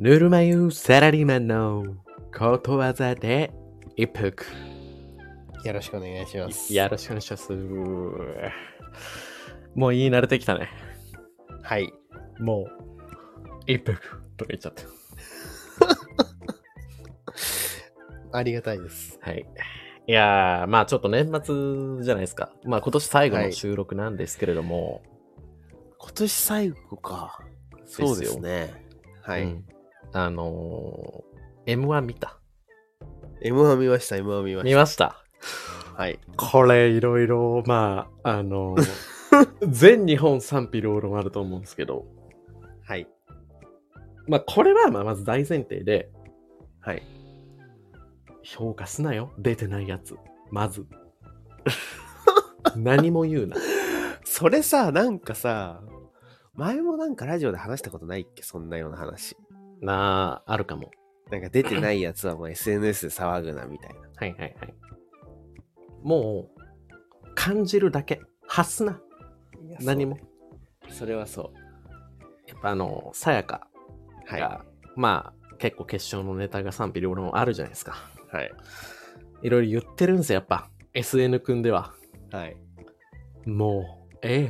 ぬるま湯サラリーマンのことわざで一服。 よろしくお願いします。 よろしくお願いします。もう言い慣れてきたね。 はい。 もう一服とか言っちゃった。 ありがたいです。 はい。いやー、まあちょっと年末じゃないですか。まあ今年最後の収録なんですけれども。 今年最後か。そうですね。はい。 うん、M1 見た？ M1 見ました、M1 見ました。 見ました。 はい。 これいろいろ、まあ、全日本賛否両論あると思うんですけど。 はい。 まあこれはまず大前提で、 はい。 評価すなよ、出てないやつ。まず。何も言うな。 それさ、なんかさ、前もなんかラジオで話したことないっけ、そんなような話。 あるかも。 なんか出てないやつはもう SNS で騒ぐなみたいな。 はいはいはい。もう、感じるだけ。発すな。何も。 それはそう。 やっぱさやかが、 はまあ、結構決勝のネタが賛否両論あるじゃないですか。 い。はい。 いろいろ言ってるんですよ、やっぱ。SN 君では。 はい。 もう、ええ。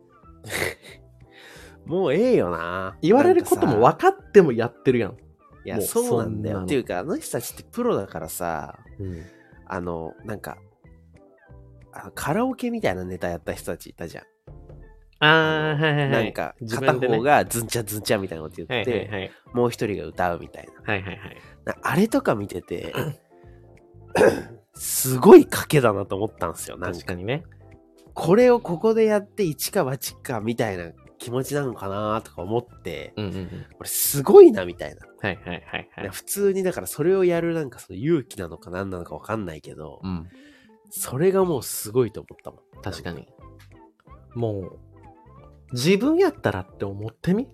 もうええよな。 言われることも分かってもやってるやん。 いや、 もうそうなんだよ。 そんなのっていうか、あの人たちってプロだからさ、 うん。 なんか、カラオケみたいなネタやった人たちいたじゃん。 はいはいはい。 なんか、片方がズンチャズンチャみたいなこと言って、 はいはいはい、 もう一人が歌うみたいな。 はいはいはい。 あれとか見てて、すごい賭けだなと思ったんですよ。なんか確かにね。 これをここでやって一か八かみたいな気持ちなのかなとか思って、 うんうんうん。 これすごいなみたいな。 はいはいはいはい。 普通にだからそれをやるなんかその勇気なのか何なのかわかんないけど、 うん。 それがもうすごいと思ったもん。 確かに。もう、自分やったらって思ってみ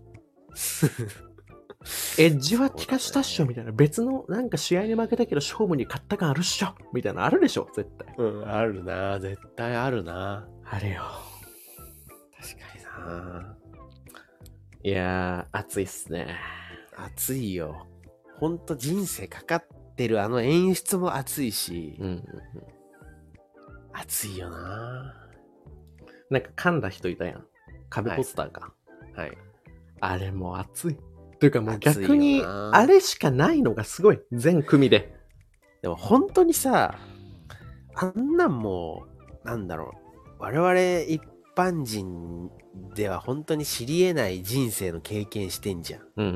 エッジは効かしたっしょみたいな。別のなんか試合に負けたけど勝負に勝った感あるっしょみたいなのあるでしょ絶対。 うん、あるな。絶対あるな。 あれよ。 確かにな。 いやー、熱いっすね。 熱いよ。ほんと人生かかってるあの演出も熱いし、 うんうんうん。 熱いよな。 なんか噛んだ人いたやん。壁ポスターか。 はい。 あれも熱い。というかもう逆に、あれしかないのがすごい。全組で。 でも本当にさ、あんなんもう、なんだろう。我々一般人では本当に知り得ない人生の経験してんじゃん。 うんうんうん。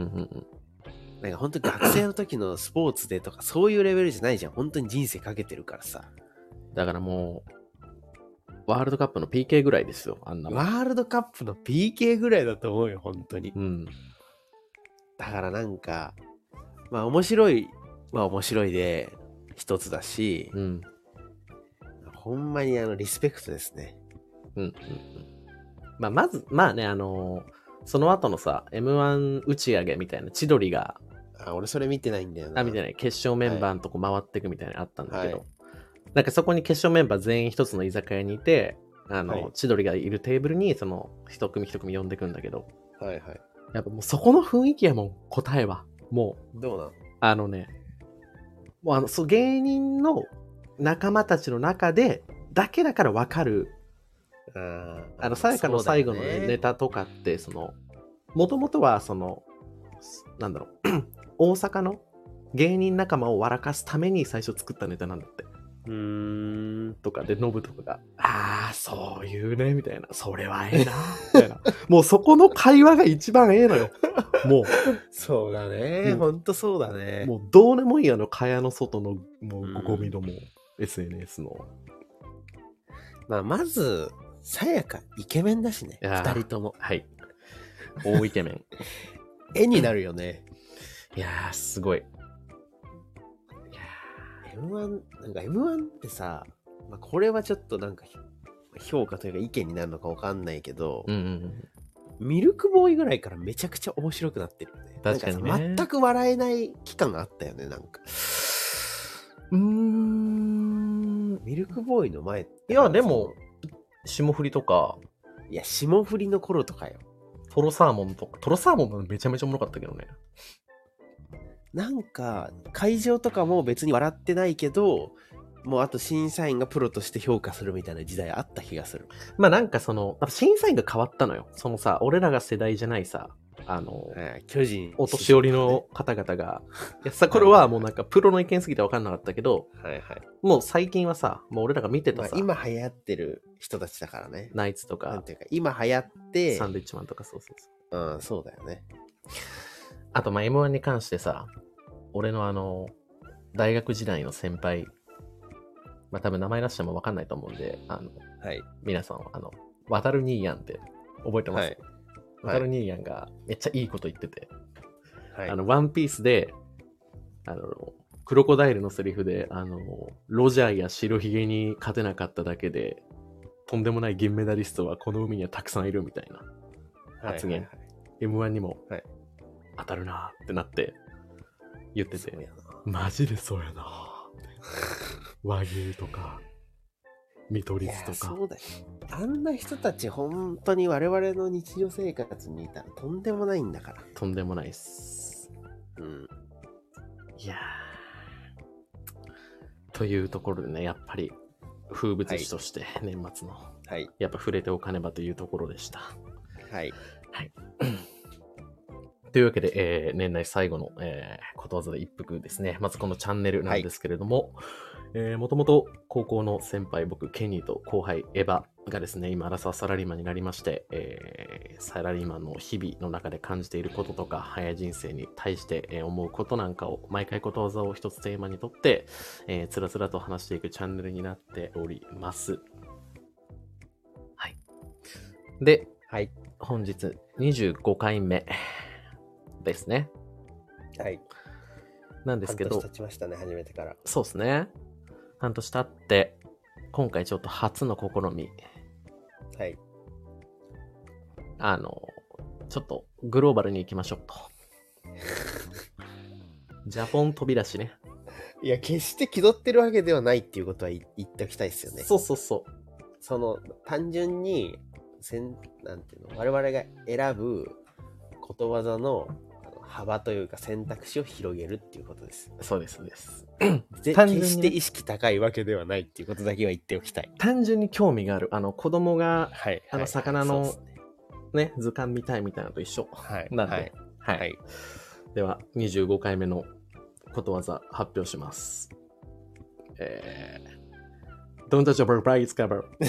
なんか本当学生の時のスポーツでとかそういうレベルじゃないじゃん。本当に人生かけてるからさ。 だからもう、ワールドカップの PK ぐらいですよ、あんなの。 ワールドカップの PK ぐらいだと思うよ、本当に。 うん。 だからなんか、まあ面白いは面白いで一つだし、 うん。 ほんまにリスペクトですね。 うんうんうん。まあ、まず、まあね、その後のさ、M1 打ち上げみたいな、千鳥が、 俺それ見てないんだよな。 見てない、決勝メンバーのとこ回ってくみたいなのあったんだけど、 はい、 なんかそこに決勝メンバー全員一つの居酒屋にいて、 はい、 千鳥がいるテーブルに、その、一組一組呼んでくんだけど、 はいはい。 やっぱもうそこの雰囲気やもん、答えは。もう、 どうなの？ もうそう芸人の仲間たちの中で、だけだからわかる。さやかの最後の、ね、ネタとかって、もともとは、なんだろう、大阪の芸人仲間を笑かすために最初作ったネタなんだって。とかで、ノブとかが、そういうね、みたいな。それはええな、みたいな。もうそこの会話が一番ええのよ。もう。 そうだね。ほんとそうだね。 もうどうでもいい蚊帳の外の、もうゴミども、SNS の。 まず、さやかイケメンだしね。二人とも。 はい。大イケメン。 絵になるよね。 いやー、すごい。 M1、なんか M1 ってさ、これはちょっとなんか評価というか意見になるのかわかんないけど、ミルクボーイぐらいからめちゃくちゃ面白くなってるよね。 確かにね。 全く笑えない期間があったよね、なんか。ミルクボーイの前って。 いや、でも、霜降りとか。 いや、霜降りの頃とかよ。 トロサーモンとか。トロサーモンもめちゃめちゃおもろかったけどね。 なんか会場とかも別に笑ってないけど、もうあと審査員がプロとして評価するみたいな時代あった気がする。 まあなんか審査員が変わったのよ。そのさ、俺らが世代じゃないさ、 巨人、 お年寄りの方々が、いやさ、これはもうなんかプロの意見すぎて分かんなかったけど、 はいはい。 もう最近はさ、もう俺らが見てたさ、 今流行ってる人たちだからね。 ナイツとか、 なんていうか、今流行って、 サンドイッチマンとかそうそうそう。うん、そうだよね。 あと、まあ M1 に関してさ、俺の大学時代の先輩、まあ多分名前出しても分かんないと思うんで、 はい。 皆さん、渡る兄やんって覚えてます、 はい、 渡る兄やんがめっちゃいいこと言ってて、 はい、 ワンピースで、クロコダイルのセリフで、ロジャーや白ひげに勝てなかっただけで、とんでもない銀メダリストはこの海にはたくさんいるみたいな発言。M1 にも、当たるなーってなって言ってて、マジでそうやなー。和牛とか、見取り図とか。 そうだよ。あんな人たち本当に我々の日常生活にいたらとんでもないんだから。 とんでもないっす。 うん。 いやー。というところでね、やっぱり風物詩として年末の、 はい、 やっぱ触れておかねばというところでした。 はい。 はい。というわけで、年内最後の、ことわざで一服ですね。まずこのチャンネルなんですけれども、もともと高校の先輩、僕、ケニーと後輩、エヴァがですね、今、アラサーサラリーマンになりまして、サラリーマンの日々の中で感じていることとか、早い人生に対して、思うことなんかを、毎回ことわざを一つテーマにとって、つらつらと話していくチャンネルになっております。はい。で、 はい、 本日25回目。ですね。 はい。 なんですけど。 半年経ちましたね、始めてから。 そうですね。半年経って、今回ちょっと初の試み。 はい。 ちょっとグローバルに行きましょうと。ジャポン飛び出しね。 いや、決して気取ってるわけではないっていうことは言っておきたいですよね。 そうそうそう。 単純に、なんていうの、我々が選ぶことわざの幅というか選択肢を広げるっていうことです。 そうです、そうです。 決して意識高いわけではないっていうことだけは言っておきたい。 単純に興味がある。子供が、魚の、ね、図鑑見たいみたいなのと一緒。 はい。 なんで、はい。では、25回目のことわざ発表します。Don't touch your prize cover です。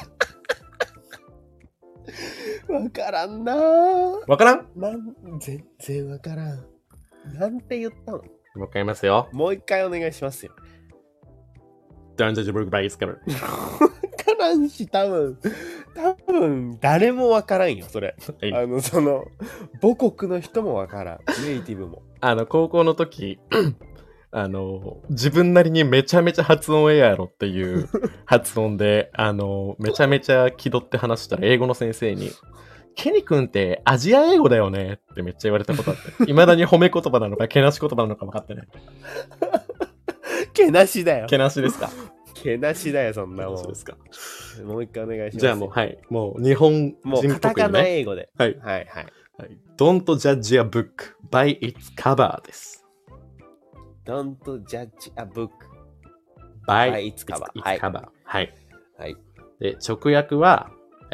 わからんなぁ。 わからん？ 全然わからん。なんて言ったの？もう一回言いますよ。 もう一回お願いしますよ。 Don't touch your prize cover。 わからんし、多分、誰もわからんよ、それ。はい、母国の人もわからん。ネイティブも。 高校の時、自分なりにめちゃめちゃ発音ええやろっていう発音で、めちゃめちゃ気取って話したら英語の先生に、ケニ君ってアジア英語だよねってめっちゃ言われたことあって、未だに褒め言葉なのか、けなし言葉なのか分かってない。 けなしだよ。 けなしですか？ けなしだよ、そんなもん。 そうですか。 もう一回お願いします。 じゃあもう、はい。もう日本人っぽく、ね、 もうカタカナ英語で。 はい。はい。はい。Don't judge a book by its cover です。 Don't judge a book by its cover. はい。はい。はい。で、直訳は、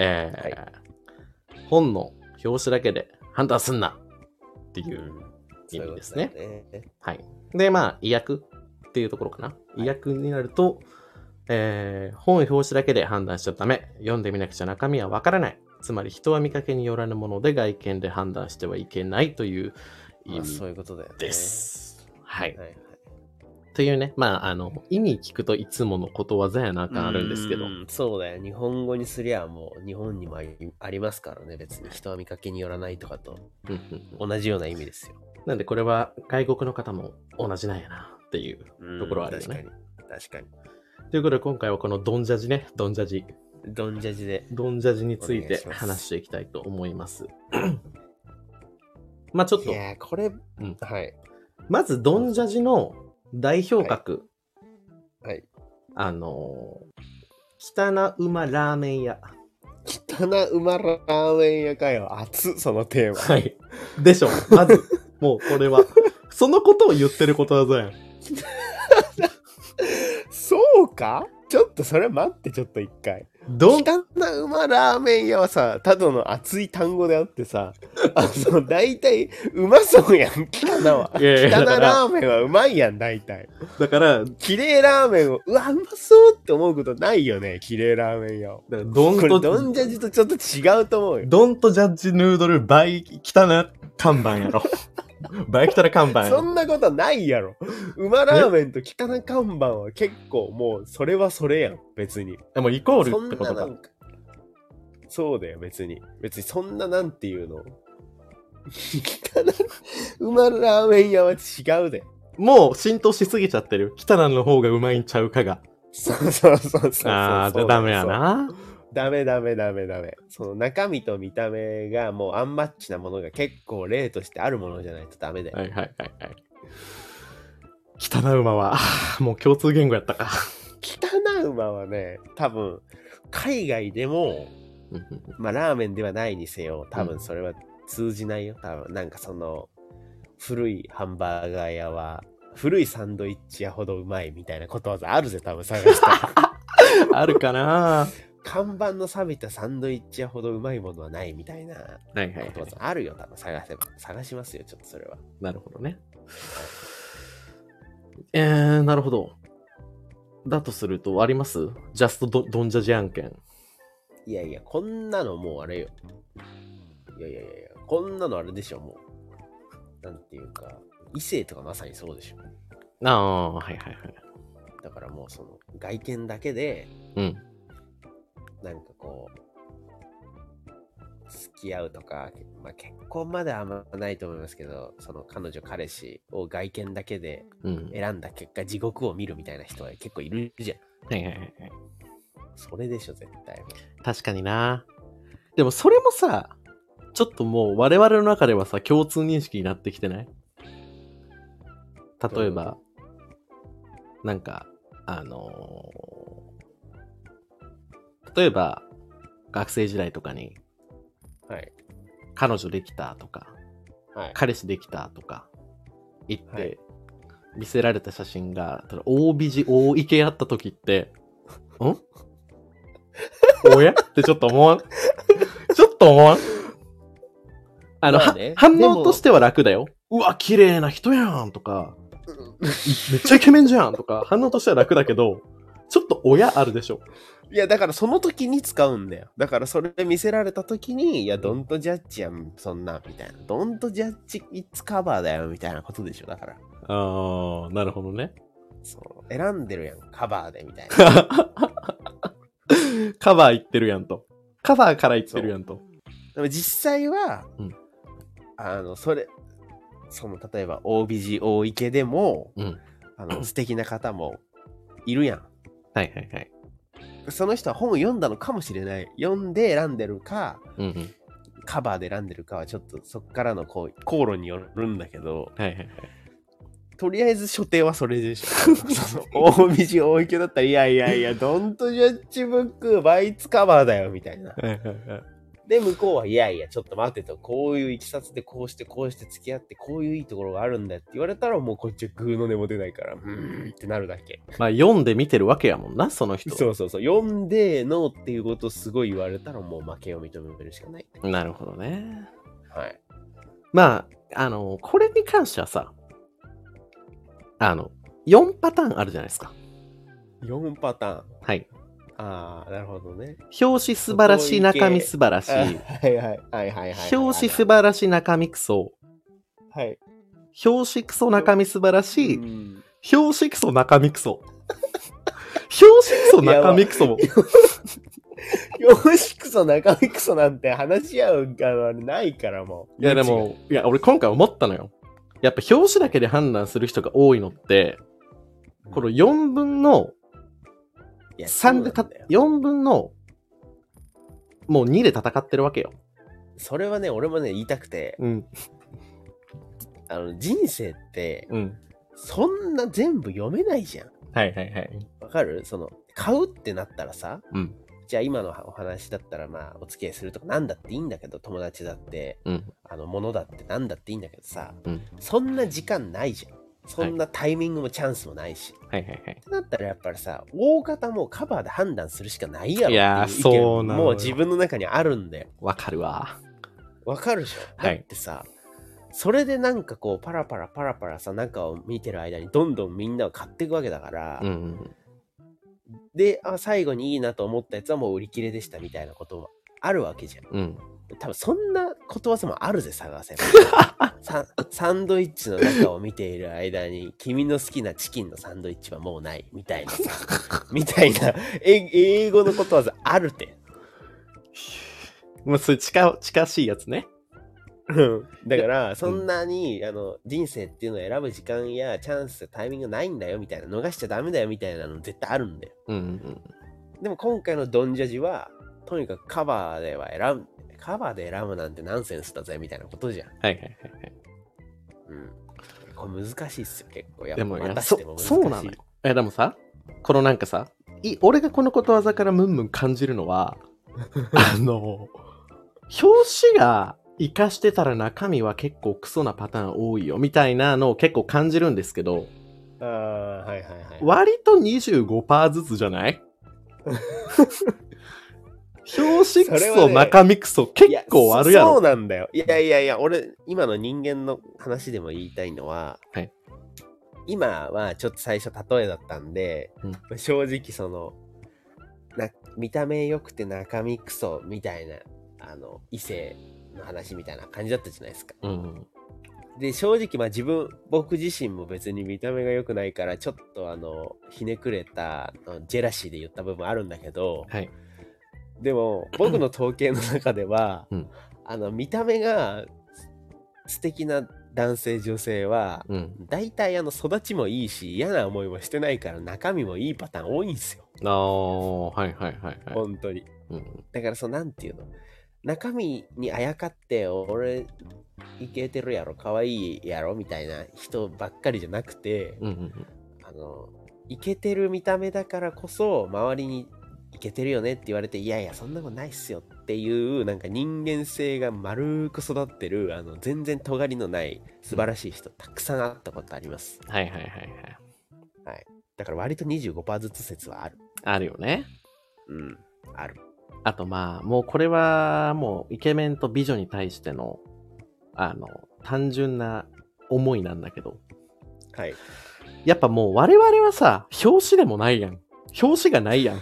本の表紙だけで判断すんなっていう意味ですね。はい。で、まあ、意訳っていうところかな。意訳になると、本表紙だけで判断しちゃダメ。読んでみなくちゃ中身はわからない。つまり人は見かけによらぬもので外見で判断してはいけないという意味です。 そういうことだよね。 はい。というね、まあ、意味聞くといつものことわざやな感あるんですけど。 そうだよ。日本語にすりゃもう日本にもありますからね。別に人は見かけによらないとかと同じような意味ですよ。 なんでこれは外国の方も同じなんやなっていうところはあるよね。 確かに。 ということで今回はこのドンジャジね、ドンジャジについて話していきたいと思います。まあちょっと。 いやこれ、はい。 まずドンジャジの代表格。 はい。 北馬ラーメン屋。 北馬ラーメン屋かよ。熱っ、そのテーマ。 はい。でしょ。まず、もうこれは、普そのことを言ってることわざやん。 そうか？ちょっとそれ待って、ちょっと一回。汚馬ラーメン屋はさ、ただの熱い単語であってさ、大体、うまそうやん、汚は。汚ラーメンはうまいやん、大体。 だから、 綺麗ラーメンを、うわ、うまそうって思うことないよね、綺麗ラーメン屋を。 だからドンジャジとちょっと違うと思うよ。 ドントジャッジヌードルバイ汚看板やろ。バイ汚看板やろ。 そんなことないやろ。馬ラーメンと汚看板は結構もう、それはそれやん、別に。 でもイコールってことか。 そうだよ、別に。別にそんななんていうの馬ラーメン屋は違うで。 もう浸透しすぎちゃってる。汚の方がうまいんちゃうかが。 そう。 ああ、じゃあダメやな。 ダメ。その中身と見た目がもうアンマッチなものが結構例としてあるものじゃないとダメだよ。 はい。汚馬は、もう共通言語やったか。 汚馬はね、多分、海外でも、まあラーメンではないにせよ、多分それは通じないよ。多分なんかその、古いハンバーガー屋は、古いサンドイッチ屋ほどうまいみたいなことわざあるぜ、多分探したら。 あるかな。 看板の錆びたサンドイッチ屋ほどうまいものはないみたいなことわざあるよ、多分探しますよ、ちょっとそれは。 なるほどね。なるほど。だとすると、あります？ジャストドンジャジ案件。 いや、こんなのもうあれよ。いや、こんなのあれでしょ、もう。なんていうか、異性とかまさにそうでしょ。 ああ、はい。 だからもうその、外見だけで、なんかこう、付き合うとか、まあ結婚まではあんまないと思いますけど、その彼女彼氏を外見だけで選んだ結果、地獄を見るみたいな人は結構いるじゃん。 はい。 それでしょ、絶対。 確かにな。でもそれもさ、ちょっともう我々の中ではさ、共通認識になってきてない？例えば、なんか、例えば、学生時代とかに、彼女できたとか、彼氏できたとか言って、見せられた写真が、大美人、大イケやった時って、おやってちょっと思わん？反応としては楽だよ。うわ、綺麗な人やんとか、めっちゃイケメンじゃんとか、反応としては楽だけど、ちょっと親あるでしょ。 いや、だからその時に使うんだよ。だからそれ見せられた時に、いや、ドントジャッジやん、そんな、みたいな。ドントジャッジイッツカバーだよ、みたいなことでしょ、だから。 ああ、なるほどね。 そう、選んでるやん、カバーで、みたいな。 カバー言ってるやんと。カバーから言ってるやんと。 でも実際は、例えば、大美人、大イケでも、素敵な方もいるやん。 はい。 その人は本を読んだのかもしれない。読んで選んでるか、カバーで選んでるかはちょっとそっからの口論によるんだけど、とりあえず所定はそれでしょ。大美人大イケだったら、いや、ドントジャッジブックバイツカバーだよ、みたいな。で、向こうは、いや、ちょっと待ってと、こういういきさつでこうして付き合って、こういういいところがあるんだって言われたら、もうこっちはグーの音も出ないから、ってなるだけ。 まあ、読んで見てるわけやもんな、その人。 そう。読んで、ノーっていうことをすごい言われたら、もう負けを認めるしかない。 なるほどね。 はい。 まあ、これに関してはさ、4パターンあるじゃないですか。 4パターン。 はい。 ああ、なるほどね。 表紙素晴らしい、中身素晴らしい。 はい。 表紙素晴らしい、中身クソ。 はい。 表紙クソ、中身素晴らしい。表紙クソ、中身クソ。表紙クソ、中身クソも。 表紙クソ、中身クソなんて話し合うがないからもう。 いやでも、俺今回思ったのよ。やっぱ表紙だけで判断する人が多いのって、この4分の、3で4分の、もう2で戦ってるわけよ。 それはね、俺もね、言いたくて、人生って、そんな全部読めないじゃん。 はい。 わかる？買うってなったらさ、 じゃあ今のお話だったらまあお付き合いするとかなんだっていいんだけど、友達だって、物だってなんだっていいんだけどさ、そんな時間ないじゃん。そんなタイミングもチャンスもないし。ってなったらやっぱりさ、大方もうカバーで判断するしかないやろっていう意見。 いや、そうなのよ。 もう自分の中にあるんだよ。 わかるわ。 わかるでしょ。だってさ、それでなんかこうパラパラさ、なんかを見てる間にどんどんみんなを買っていくわけだから、で、最後にいいなと思ったやつはもう売り切れでしたみたいなこともあるわけじゃん。多分そんなことわざもあるぜ、探せば。サンドイッチの中を見ている間に、君の好きなチキンのサンドイッチはもうないみたいなさ、みたいな英語のことわざあるて。 もうそれ近しいやつね。 だから、そんなに、人生っていうのを選ぶ時間やチャンス、タイミングないんだよみたいな、逃しちゃダメだよみたいなの絶対あるんだよ。でも今回のドンジャジは、とにかくカバーで選ぶなんてナンセンスだぜみたいなことじゃん。これ難しいっすよ、結構。 でも、そうなのよ。でもさ、このなんかさ、俺がこのことわざからムンムン感じるのは、表紙が活かしてたら中身は結構クソなパターン多いよみたいなのを結構感じるんですけど、割と 25% ずつじゃない表紙クソ、ね、中身クソ結構あるやろ。 そうなんだよ。いや、俺、今の人間の話でも言いたいのは、今はちょっと最初例えだったんで、正直その、見た目良くて中身クソみたいな、異性の話みたいな感じだったじゃないですか。で、正直まあ僕自身も別に見た目が良くないから、ちょっとひねくれたジェラシーで言った部分あるんだけど、でも僕の統計の中では、見た目が素敵な男性女性は、大体育ちもいいし嫌な思いもしてないから中身もいいパターン多いんですよ。本当に。だからなんていうの、中身にあやかって俺イケてるやろ可愛いやろみたいな人ばっかりじゃなくて、イケてる見た目だからこそ周りにイケてるよねって言われて、いやいやそんなことないっすよっていうなんか人間性が丸く育ってる全然尖りのない素晴らしい人、たくさん会ったことあります。だから割と 25% ずつ説はあるよね。 ある。 あとまあもうこれはもうイケメンと美女に対しての単純な思いなんだけど、やっぱもう我々はさ、表紙でもないやん。表紙がないやん。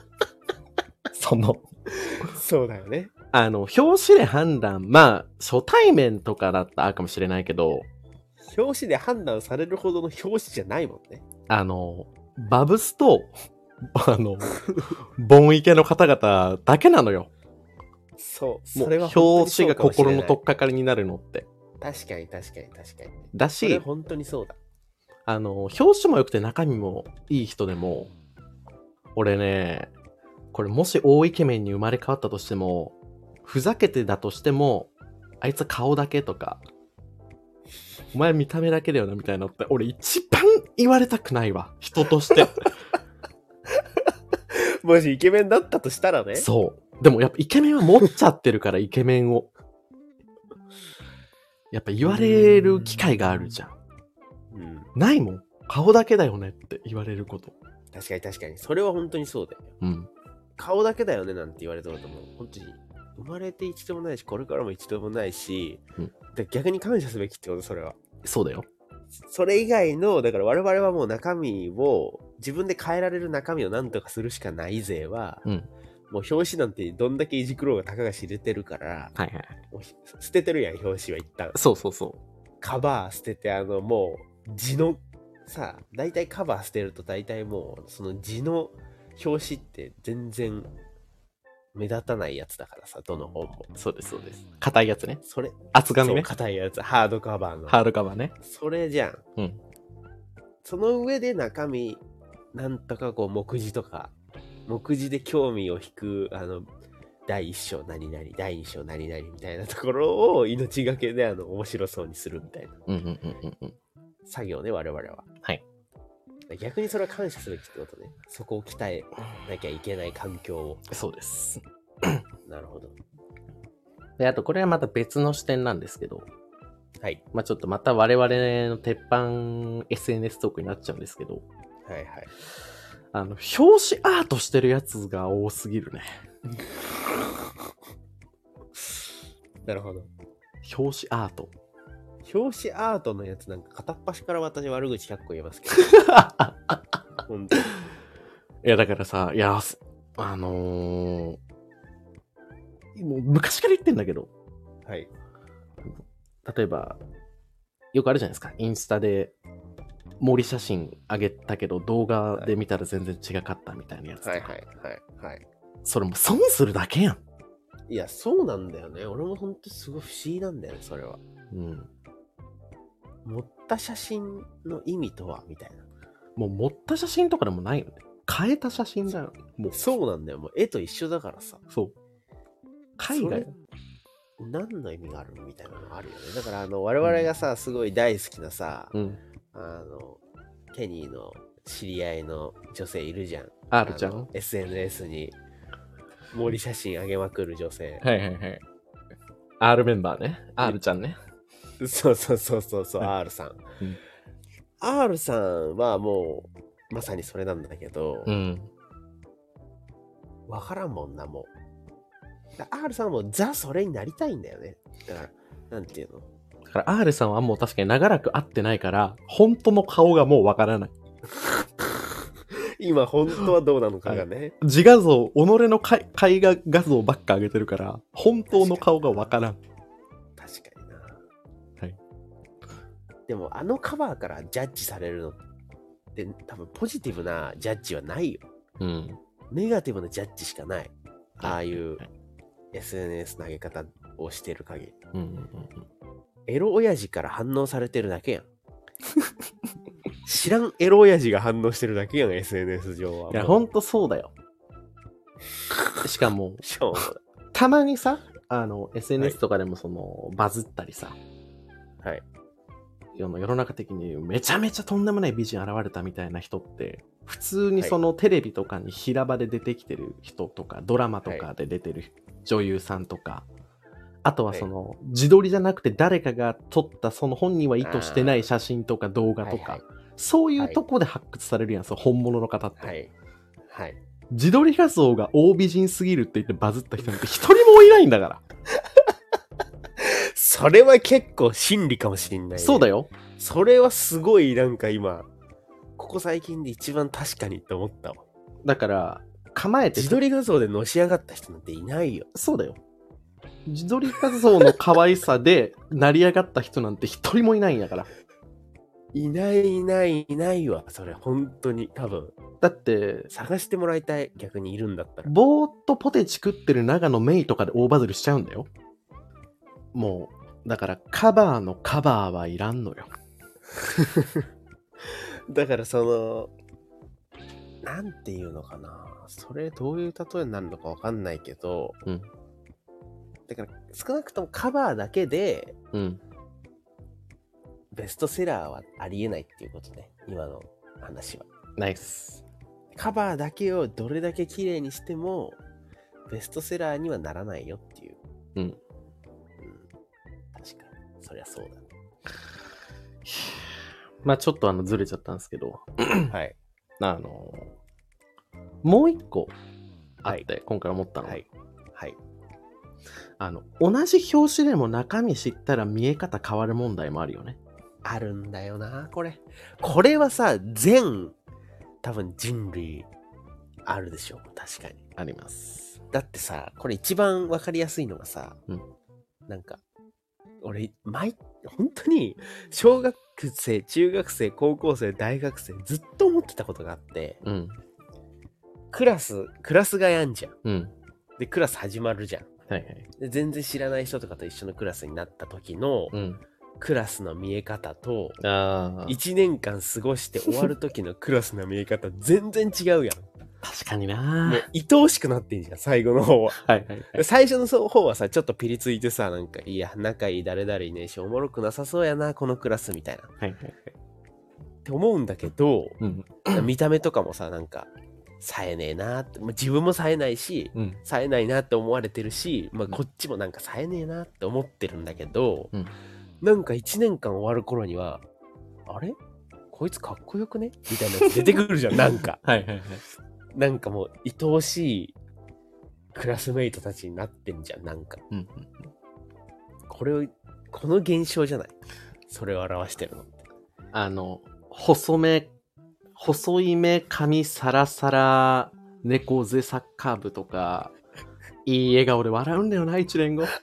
そうだよね。 表紙で判断、まあ初対面とかだったらかもしれないけど、 表紙で判断されるほどの表紙じゃないもんね。 バブスとボンイケの方々だけなのよ。 それは表紙が心の取っかかりになるのって。 確かに。 だし、 それ本当にそうだ。 表紙も良くて中身もいい人でも、俺ね、これもし大イケメンに生まれ変わったとしても、ふざけてだとしても、あいつ顔だけとか、お前見た目だけだよなみたいなのって、俺一番言われたくないわ。人として。 もしイケメンだったとしたらね。 そう。でもやっぱイケメンは持っちゃってるから、イケメンを。やっぱ言われる機会があるじゃん。ないもん。顔だけだよねって言われること。 確かに。それは本当にそうだよ。顔だけだよねなんて言われたことも、本当に生まれて一度もないし、これからも一度もないし、逆に感謝すべきってこと、それは。 そうだよ。 それ以外の、だから我々はもう中身を、自分で変えられる中身を何とかするしかない勢は、もう表紙なんてどんだけいじくろうがたかが知れてるから、もう捨ててるやん、表紙は一旦。 そう。 カバー捨てて、もう、字の、さ、大体カバー捨てると大体もう、その字の表紙って全然目立たないやつだからさ、どの本も。 そうです。硬いやつね。 それ。 厚紙ね。 硬いやつ。ハードカバーの。 ハードカバーね。 それじゃん。その上で中身、なんとかこう、目次とか、目次で興味を引く、第一章何々、第二章何々みたいなところを命がけで面白そうにするみたいな。作業ね、我々は。 逆にそれは感謝すべきってことね。そこを鍛えなきゃいけない環境を。 そうです。 なるほど。 で、あとこれはまた別の視点なんですけど、 はい。 まあちょっとまた我々の鉄板 SNS トークになっちゃうんですけど、 はいはい。 表紙アートしてるやつが多すぎるね。 なるほど。 表紙アート。 表紙アートのやつなんか片っ端から私悪口100個言えますけど。本当に。いや、だからさ、いや、もう昔から言ってんだけど、 はい。 例えば、よくあるじゃないですか。インスタで森写真あげたけど動画で見たら全然違かったみたいなやつとか。 はいはいはいはい。 それも損するだけやん。 いや、そうなんだよね。俺も本当にすごい不思議なんだよね、それは。 うん。 持った写真の意味とはみたいな。 もう持った写真とかでもないよね。変えた写真だよ。もう。 そうなんだよ。もう絵と一緒だからさ。 そう。海外。 何の意味があるみたいなのあるよね。だから我々がさ、すごい大好きなさ、ケニーの知り合いの女性いるじゃん。 R ちゃん SNS に森写真あげまくる女性。 はいはいはい。R メンバーね。R ちゃんね。 そうそうそうそうそう、 はい、 R さん。R さんはもう、まさにそれなんだけど、わからんもんな、もう。R さんはもうザそれになりたいんだよね。だから、なんていうの？ だから R さんはもう確かに長らく会ってないから、本当の顔がもうわからない。 今本当はどうなのかがね。はい、 自画像、己の絵画画像ばっか上げてるから、本当の顔がわからん。 確かにな。 はい。 でもカバーからジャッジされるのって多分ポジティブなジャッジはないよ。 うん。 ネガティブなジャッジしかない。ああいう SNS 投げ方をしてる限り。エロ親父から反応されてるだけやん。知らんエロ親父が反応してるだけやん、SNS 上は。 いや、ほんとそうだよ。しかも、 そうたまにさ、SNS とかでもバズったりさ、 はい。 世の中的にめちゃめちゃとんでもない美人現れたみたいな人って、普通にテレビとかに平場で出てきてる人とか、ドラマとかで出てる女優さんとか、あとは自撮りじゃなくて誰かが撮った本人は意図してない写真とか動画とか、そういうとこで発掘されるやん、本物の方って。 はい。はい。 自撮り画像が大美人すぎるって言ってバズった人なんて一人もいないんだから。 それは結構真理かもしれない、ね。 そうだよ。 それはすごいなんか今、ここ最近で一番確かにって思ったわ。 だから、構えて。 自撮り画像でのし上がった人なんていないよ。 そうだよ。自撮り画像の可愛さで成り上がった人なんて一人もいないんやから。 いないわ。それ本当に多分。 だって探してもらいたい。逆にいるんだったら。 ぼーっとポテチ食ってる長野メイとかで大バズりしちゃうんだよ。もうだからカバーのカバーはいらんのよ。 だからなんていうのかな。それどういう例えになるのかわかんないけど。だから少なくともカバーだけで。ベストセラーはありえないっていうことね。今の話は。 ナイス。 カバーだけをどれだけ綺麗にしても、ベストセラーにはならないよっていう。確かに。そりゃそうだね。 まあちょっとずれちゃったんですけど。 はい。 もう一個あって、今回思ったのは。 はい。はい。 同じ表紙でも中身知ったら見え方変わる問題もあるよね。 あるんだよな、これ。これはさ、多分人類あるでしょ。確かに。 あります。 だってさ、これ一番わかりやすいのがさ、なんか、俺、本当に、小学生、中学生、高校生、大学生、ずっと思ってたことがあって、クラスがやんじゃん。で、クラス始まるじゃん。で全然知らない人とかと一緒のクラスになった時の、クラスの見え方と、1年間過ごして終わる時のクラスの見え方全然違うやん。 確かにな。 もう愛おしくなってんじゃん、最後の方は。最初の方はさ、ちょっとピリついてさ、なんか、いや、仲いい誰々いねえし、おもろくなさそうやな、このクラスみたいな。 って思うんだけど、 うん。 見た目とかもさ、なんか、冴えねえなって、自分も冴えないし、 うん。 冴えないなって思われてるし、こっちもなんか冴えねえなって思ってるんだけど、 うん。 なんか1年間終わる頃には、あれこいつかっこよくねみたいなやつ出てくるじゃん、なんか。 はいはいはい。 なんかもう、愛おしいクラスメイトたちになってんじゃん、なんか。 うん。 この現象じゃない？それを表してるの。 細い目、髪サラサラ、猫背サッカー部とか、いい笑顔で笑うんだよな、一年後。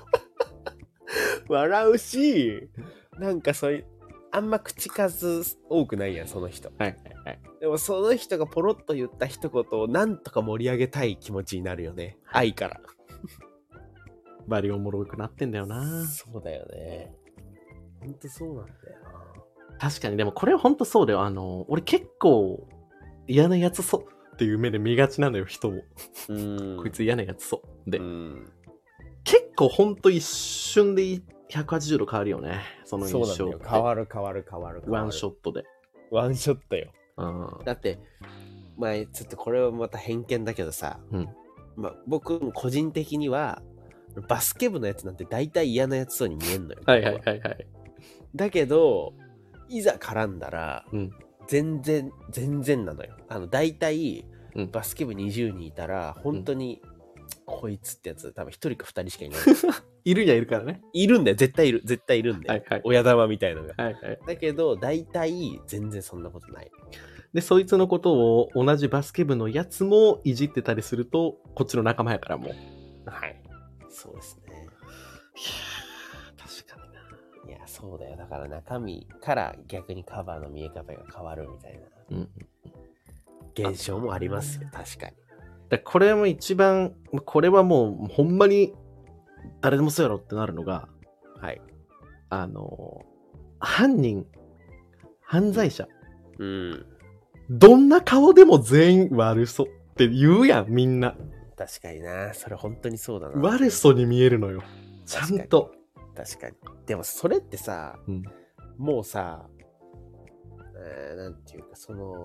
笑うし、なんかそういう、あんま口数多くないやん、その人。 はいはいはい。 でもその人がポロッと言った一言をなんとか盛り上げたい気持ちになるよね。愛から。 バリおもろくなってんだよな。 そうだよね。ほんとそうなんだよな。 確かに、でもこれはほんとそうだよ。俺結構嫌なやつそうっていう目で見がちなのよ、人を。こいつ嫌なやつそう。で、結構ほんと一瞬で180度変わるよね。その印象って。 そうなんだよ。変わる。 ワンショットで。 ワンショットよ。 うん、 だって、ちょっとこれはまた偏見だけどさ、僕個人的には、バスケ部のやつなんて大体嫌なやつそうに見えんのよ。 はいはいはいはい。 だけど、いざ絡んだら、全然なのよ。大体、バスケ部20人いたら、本当に、こいつってやつ、多分1人か2人しかいない。 いるにはいるからね。 いるんだよ。絶対いるんだよ。はいはい、親玉みたいのが。 はいはい、 だけど、大体、全然そんなことない。 で、そいつのことを同じバスケ部のやつもいじってたりすると、こっちの仲間やからもう。 はい。そうですね。いや確かにな。いや、そうだよ。だから中身から逆にカバーの見え方が変わるみたいな、現象もありますよ。確かに。 これも一番、これはもうほんまに誰でもそうやろってなるのが、 はい。 犯罪者。 うん。 どんな顔でも全員悪そうって言うやん、みんな。 確かにな。それ本当にそうだな。 悪そうに見えるのよ。ちゃんと。 確かに。でもそれってさ、もうさ、なんていうか、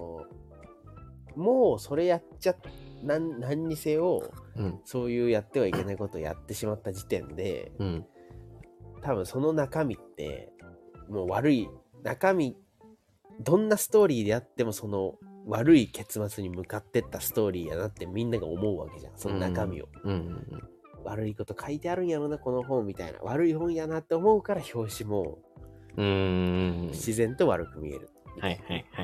もうそれやっちゃ何にせよ、そういうやってはいけないことをやってしまった時点で、多分その中身って、もう悪い、どんなストーリーであってもその悪い結末に向かってったストーリーやなってみんなが思うわけじゃん。その中身を。悪いこと書いてあるんやろな、この本みたいな。悪い本やなって思うから表紙も、自然と悪く見える。 はいはいはいはいはい。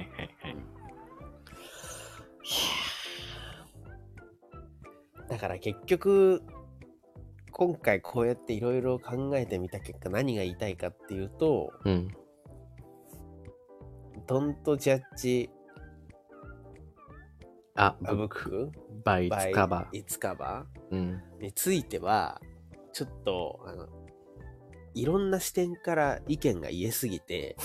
だから結局、今回こうやっていろいろ考えてみた結果何が言いたいかっていうと、Don't judge a book by its cover については、ちょっと、いろんな視点から意見が言えすぎて、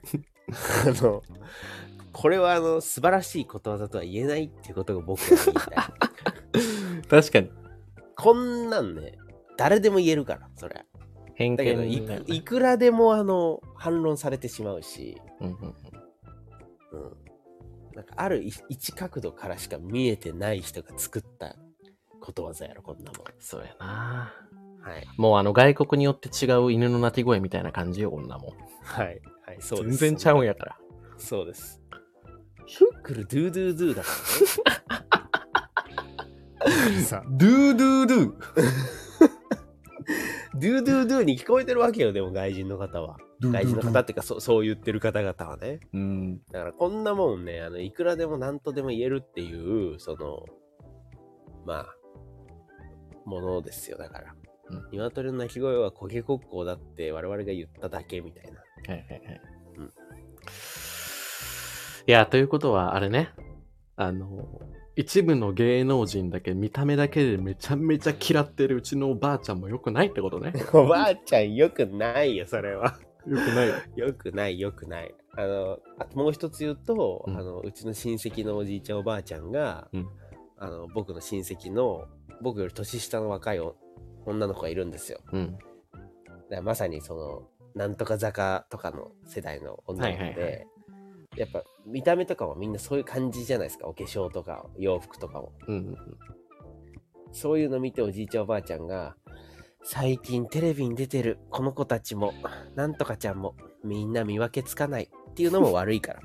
これは素晴らしいことわざとは言えないっていうことが僕は言いたい。 確かに。 こんなんね、誰でも言えるから、そりゃ。 偏見だけどいくらでも反論されてしまうし、なんかある一角度からしか見えてない人が作ったことわざやろ、こんなもん。 そうやな。 はい。 もう外国によって違う犬の鳴き声みたいな感じよ、こんなもん。 はいはい、そうです。 全然ちゃうんやから。 そうです。フックルドゥードゥードゥーだからね。さドゥードゥードゥー。 ドゥードゥードゥーに聞こえてるわけよ、でも外人の方は。外人の方っていうか、そう言ってる方々はね。だからこんなもんね、いくらでも何とでも言えるっていう、ものですよ、だから。鶏の鳴き声はコケコッコーだって我々が言っただけみたいな。 はいはいはい。いや、ということは、あれね。一部の芸能人だけ見た目だけでめちゃめちゃ嫌ってるうちのおばあちゃんも良くないってことね。 おばあちゃん良くないよ、それは。 良くない。 良くない。あともう一つ言うと、うちの親戚のおじいちゃんおばあちゃんが、僕の親戚の、僕より年下の若い女の子がいるんですよ。だからまさになんとか坂とかの世代の女の子で、 やっぱ見た目とかもみんなそういう感じじゃないですか。お化粧とか洋服とかも。そういうの見ておじいちゃんおばあちゃんが、最近テレビに出てるこの子たちも、なんとかちゃんも、みんな見分けつかないっていうのも悪いから。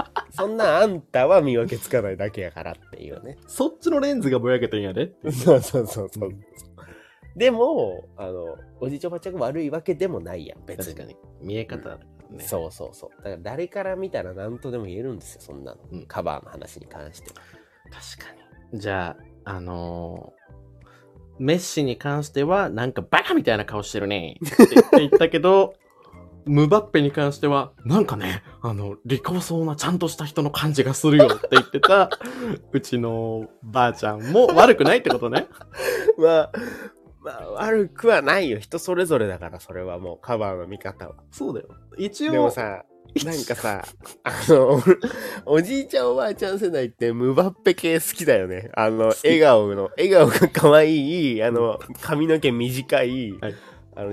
そんなあんたは見分けつかないだけやからっていうね。 そっちのレンズがぼやけてんやで。 そう。でも、おじいちゃんおばあちゃんが悪いわけでもないやん、別に。 確かに。見え方だね。 そう。だから誰から見たら何とでも言えるんですよ、そんなの。カバーの話に関しては。 確かに。じゃあ、メッシに関しては、なんかバカみたいな顔してるねって言ったけど、ムバッペに関しては、なんかね、利口そうなちゃんとした人の感じがするよって言ってた、うちのばあちゃんも悪くないってことね。 まあ、悪くはないよ。人それぞれだから、それはもうカバーの見方は。 そうだよ。一応。 でもさ、なんかさ、おじいちゃんおばあちゃん世代ってムバッペ系好きだよね。笑顔が可愛い、髪の毛短い、はい、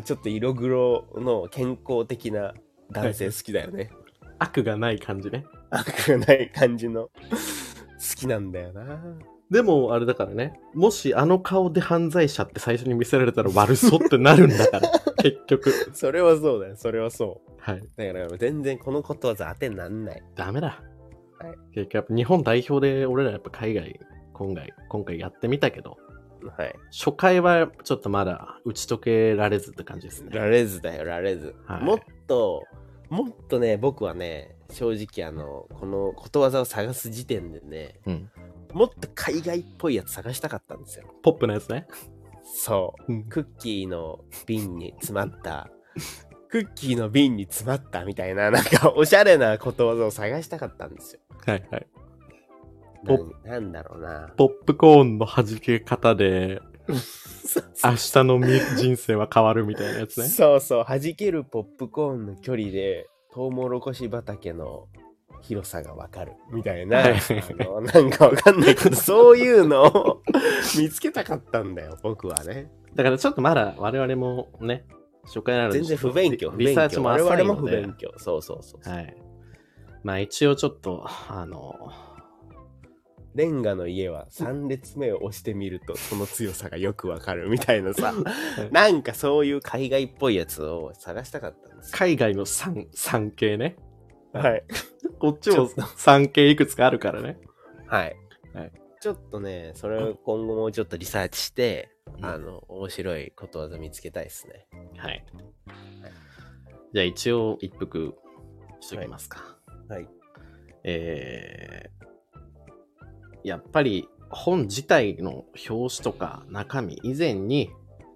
ちょっと色黒の健康的な男性好きだよね。 悪がない感じね。 悪がない感じの好きなんだよな。 でもあれだからね、もしあの顔で犯罪者って最初に見せられたら悪そうってなるんだから結局。 それはそうだよ、それはそう。 はい。 だから全然このことわざ当てになんない。 ダメだ。 はい。 結局やっぱ日本代表で俺らやっぱ海外今回やってみたけど、 はい。 初回はちょっとまだ打ち解けられずって感じですね。 られずだよ、られず。はい、もっとね、僕はね、正直このことわざを探す時点でね、もっと海外っぽいやつ探したかったんですよ。 ポップなやつね。 そう。クッキーの瓶に詰まった、みたいな、なんかおしゃれなことわざを探したかったんですよ。 はいはい。 なんだろうな。 ポップコーンの弾け方で、明日の人生は変わるみたいなやつね。 そう。弾けるポップコーンの距離で、トウモロコシ畑の広さがわかるみたいな、なんかわかんないけど、そういうのを見つけたかったんだよ、僕はね。 だからちょっとまだ我々もね、初回なので全然不勉強。 リサーチも浅いので。 我々も不勉強。そう。 はい。まあ一応ちょっと、 レンガの家は3列目を押してみるとその強さがよくわかるみたいなさ、なんかそういう海外っぽいやつを探したかったんですよ。 海外の3系ね。 はい。 こっちも3系いくつかあるからね。 はい。ちょっとね、それを今後もうちょっとリサーチして、面白いことわざ見つけたいですね。 はい。じゃあ一応一服しときますか。 はい。 やっぱり本自体の表紙とか中身以前に、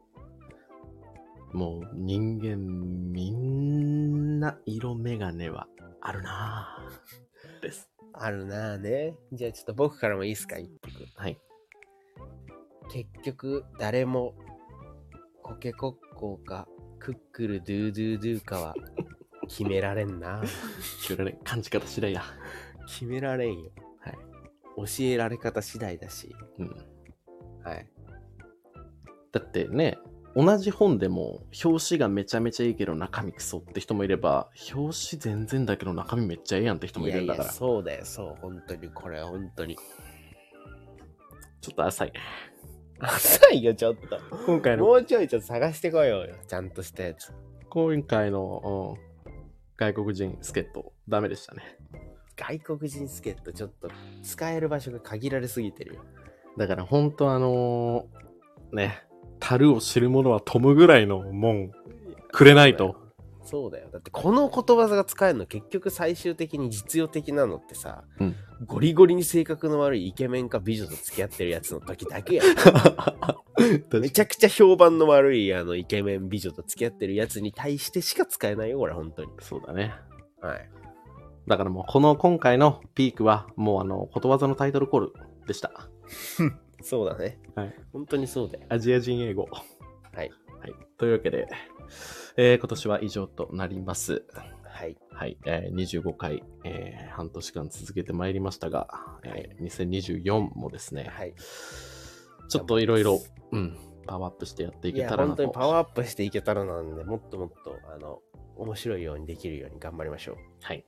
もう人間みんな色眼鏡はあるなぁです。 あるなぁね。じゃあちょっと僕からもいいですか、一服。 はい。 結局誰もコケコッコーかクックルドゥドゥドゥかは決められんな。 決められん。感じ方次第や。 決められんよ。 はい。 教えられ方次第だし。はい。 だってね、同じ本でも表紙がめちゃめちゃいいけど中身クソって人もいれば、表紙全然だけど中身めっちゃいいやんって人もいるんだから。 いやそうだよ、そう。本当にこれは本当に。 ちょっと浅い。 浅いよ、ちょっと。 今回の。 もうちょいちょっと探してこようよ。ちゃんとしたやつ。 今回の、外国人助っ人、ダメでしたね。 外国人助っ人、ちょっと使える場所が限られすぎてるよ。 だから本当ね、樽を知る者は飛ぶぐらいのもんくれないと。 そうだよ。だってこのことわざが使えるの結局最終的に実用的なのってさ、ゴリゴリに性格の悪いイケメンか美女と付き合ってるやつの時だけや。めちゃくちゃ評判の悪いイケメン美女と付き合ってるやつに対してしか使えないよ、これ本当に。 そうだね。 はい。 だからもう今回のピークはもうことわざのタイトルコールでした。 そうだね。 はい。 本当にそうだよ。 アジア人英語。 はい。 はい。というわけで、今年は以上となります。 はい。 はい。25回、半年間続けてまいりましたが、2024もですね、 はい。 ちょっといろいろ、パワーアップしてやっていけたらなと。 本当にパワーアップしていけたらなんで、もっともっと、面白いようにできるように頑張りましょう。 はい。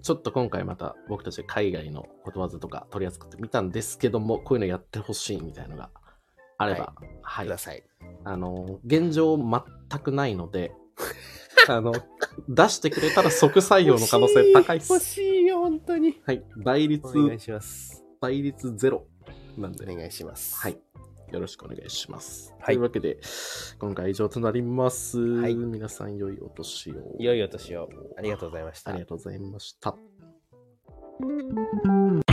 ちょっと今回また僕たち海外のことわざとか取り扱ってみたんですけども、こういうのやってほしいみたいなのがあれば、はい。 ください。 現状全くないので、出してくれたら即採用の可能性高いっす。 欲しいよ、本当に。 はい。倍率お願いします。 倍率0なんで。 お願いします。 はい。よろしくお願いします。 はい。 というわけで、今回は以上となります。 はい。 皆さん、良いお年を。 良いお年を。ありがとうございました。 ありがとうございました。